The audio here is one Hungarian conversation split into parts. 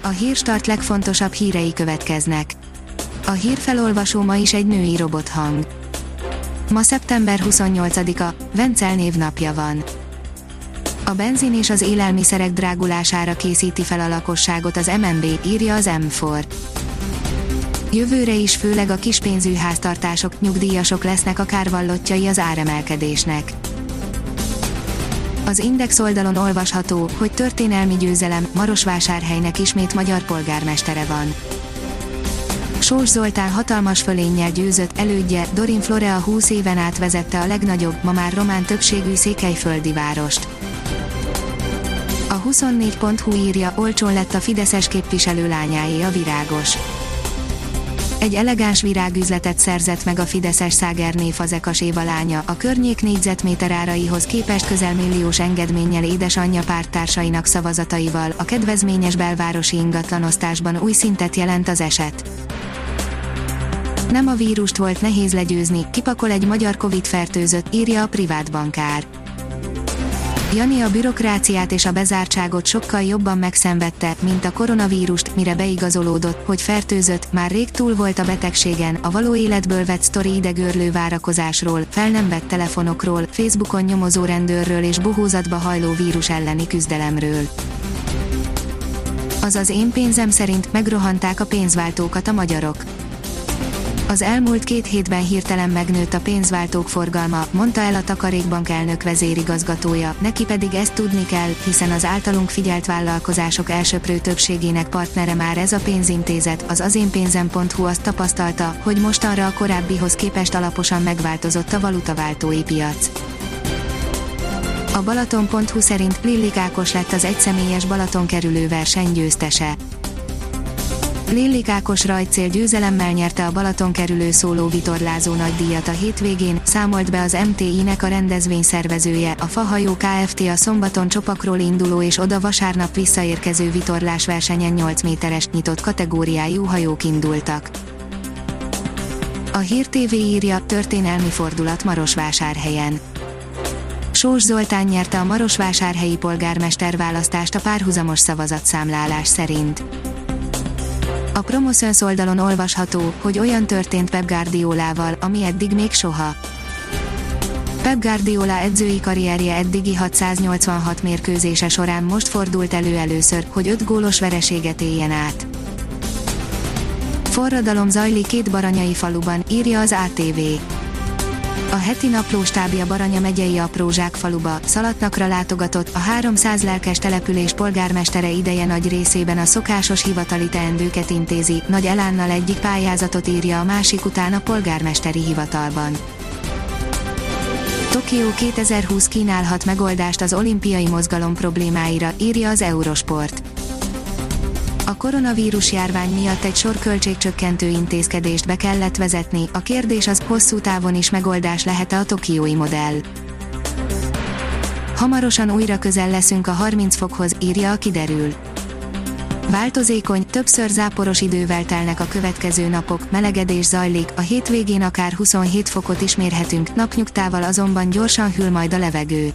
A Hírstart legfontosabb hírei következnek. A hírfelolvasó ma is egy női robothang. Ma szeptember 28-a, Vencel névnapja van. A benzin és az élelmiszerek drágulására készíti fel a lakosságot az MNB, írja az M4. Jövőre is főleg a kispénzű háztartások, nyugdíjasok lesznek a kárvallottjai az áremelkedésnek. Az Index oldalon olvasható, hogy történelmi győzelem, Marosvásárhelynek ismét magyar polgármestere van. Sós Zoltán hatalmas fölénnyel győzött, elődje, Dorin Florea 20 éven át vezette a legnagyobb, ma már román többségű székelyföldi várost. A 24.hu írja, olcsón lett a fideszes képviselő lányáé a virágos. Egy elegáns virágüzletet szerzett meg a fideszes Szágerné Fazekas Éva lánya, a környék négyzetméter áraihoz képest közel milliós engedménnyel édesanyja párttársainak szavazataival, a kedvezményes belvárosi ingatlanosztásban új szintet jelent az eset. Nem a vírust volt nehéz legyőzni, kipakol egy magyar Covid-fertőzött, írja a privát bankár. Jani a bürokráciát és a bezártságot sokkal jobban megszenvedte, mint a koronavírust, mire beigazolódott, hogy fertőzött, már rég túl volt a betegségen, a való életből vett sztori idegőrlő várakozásról, fel nem vett telefonokról, Facebookon nyomozó rendőrről és bohózatba hajló vírus elleni küzdelemről. Az én pénzem szerint megrohanták a pénzváltókat a magyarok. Az elmúlt 2 hétben hirtelen megnőtt a pénzváltók forgalma, mondta el a Takarékbank elnök vezérigazgatója, neki pedig ezt tudni kell, hiszen az általunk figyelt vállalkozások elsöprő többségének partnere már ez a pénzintézet, az azénpénzem.hu azt tapasztalta, hogy mostanra a korábbihoz képest alaposan megváltozott a valutaváltói piac. A Balaton.hu szerint Lillik Ákos lett az egyszemélyes Balaton kerülő verseny győztese. Lillik Ákos rajtcél győzelemmel nyerte a Balaton kerülő szóló vitorlázó nagydíjat a hétvégén, számolt be az MTI-nek a rendezvény szervezője, a Fahajó Kft. A szombaton Csopakról induló és oda vasárnap visszaérkező vitorlásversenyen 8 méteres, nyitott kategóriájú hajók indultak. A Hír TV írja, történelmi fordulat Marosvásárhelyen. Sós Zoltán nyerte a marosvásárhelyi polgármester választást a párhuzamos szavazatszámlálás szerint. A Promoszöns oldalon olvasható, hogy olyan történt Pep Guardiolával, ami eddig még soha. Pep Guardiola edzői karrierje eddigi 686 mérkőzése során most fordult elő először, hogy 5 gólos vereséget éljen át. Forradalom zajlik 2 baranyai faluban, írja az ATV. A heti naplóstábja Baranya megyei Aprózsák faluba, Szalatnakra látogatott, a 300 lelkes település polgármestere ideje nagy részében a szokásos hivatali teendőket intézi, nagy elánnal egyik pályázatot írja a másik után a polgármesteri hivatalban. Tokió 2020 kínálhat megoldást az olimpiai mozgalom problémáira, írja az Eurosport. A koronavírus járvány miatt egy sor költségcsökkentő intézkedést be kellett vezetni, a kérdés az, hosszú távon is megoldás lehet-e a tokiói modell. Hamarosan újra közel leszünk a 30 fokhoz, írja a Kiderül. Változékony, többször záporos idővel telnek a következő napok, melegedés zajlik, a hétvégén akár 27 fokot is mérhetünk, napnyugtával azonban gyorsan hűl majd a levegő.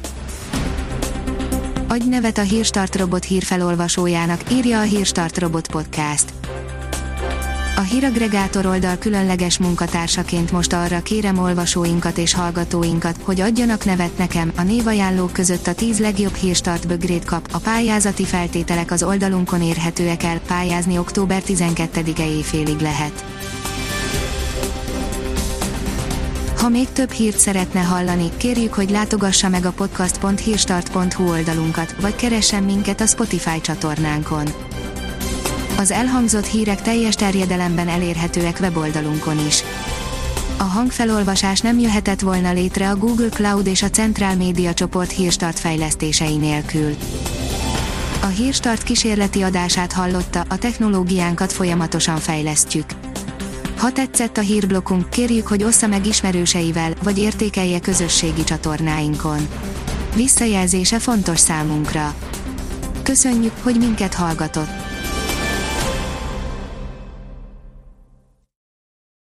Adj nevet a Hírstart robot hírfelolvasójának, írja a Hírstart Robot Podcast. A híraggregátor oldal különleges munkatársaként most arra kérem olvasóinkat és hallgatóinkat, hogy adjanak nevet nekem, a névajánlók között a 10 legjobb Hírstart bögrét kap, a pályázati feltételek az oldalunkon érhetőek el, pályázni október 12-e éjfélig lehet. Ha még több hírt szeretne hallani, kérjük, hogy látogassa meg a podcast.hírstart.hu oldalunkat, vagy keressen minket a Spotify csatornánkon. Az elhangzott hírek teljes terjedelemben elérhetőek weboldalunkon is. A hangfelolvasás nem jöhetett volna létre a Google Cloud és a Central Media csoport Hírstart fejlesztései nélkül. A Hírstart kísérleti adását hallotta, a technológiánkat folyamatosan fejlesztjük. Ha tetszett a hírblokkunk, kérjük, hogy ossza meg ismerőseivel, vagy értékelje közösségi csatornáinkon. Visszajelzése fontos számunkra. Köszönjük, hogy minket hallgatott!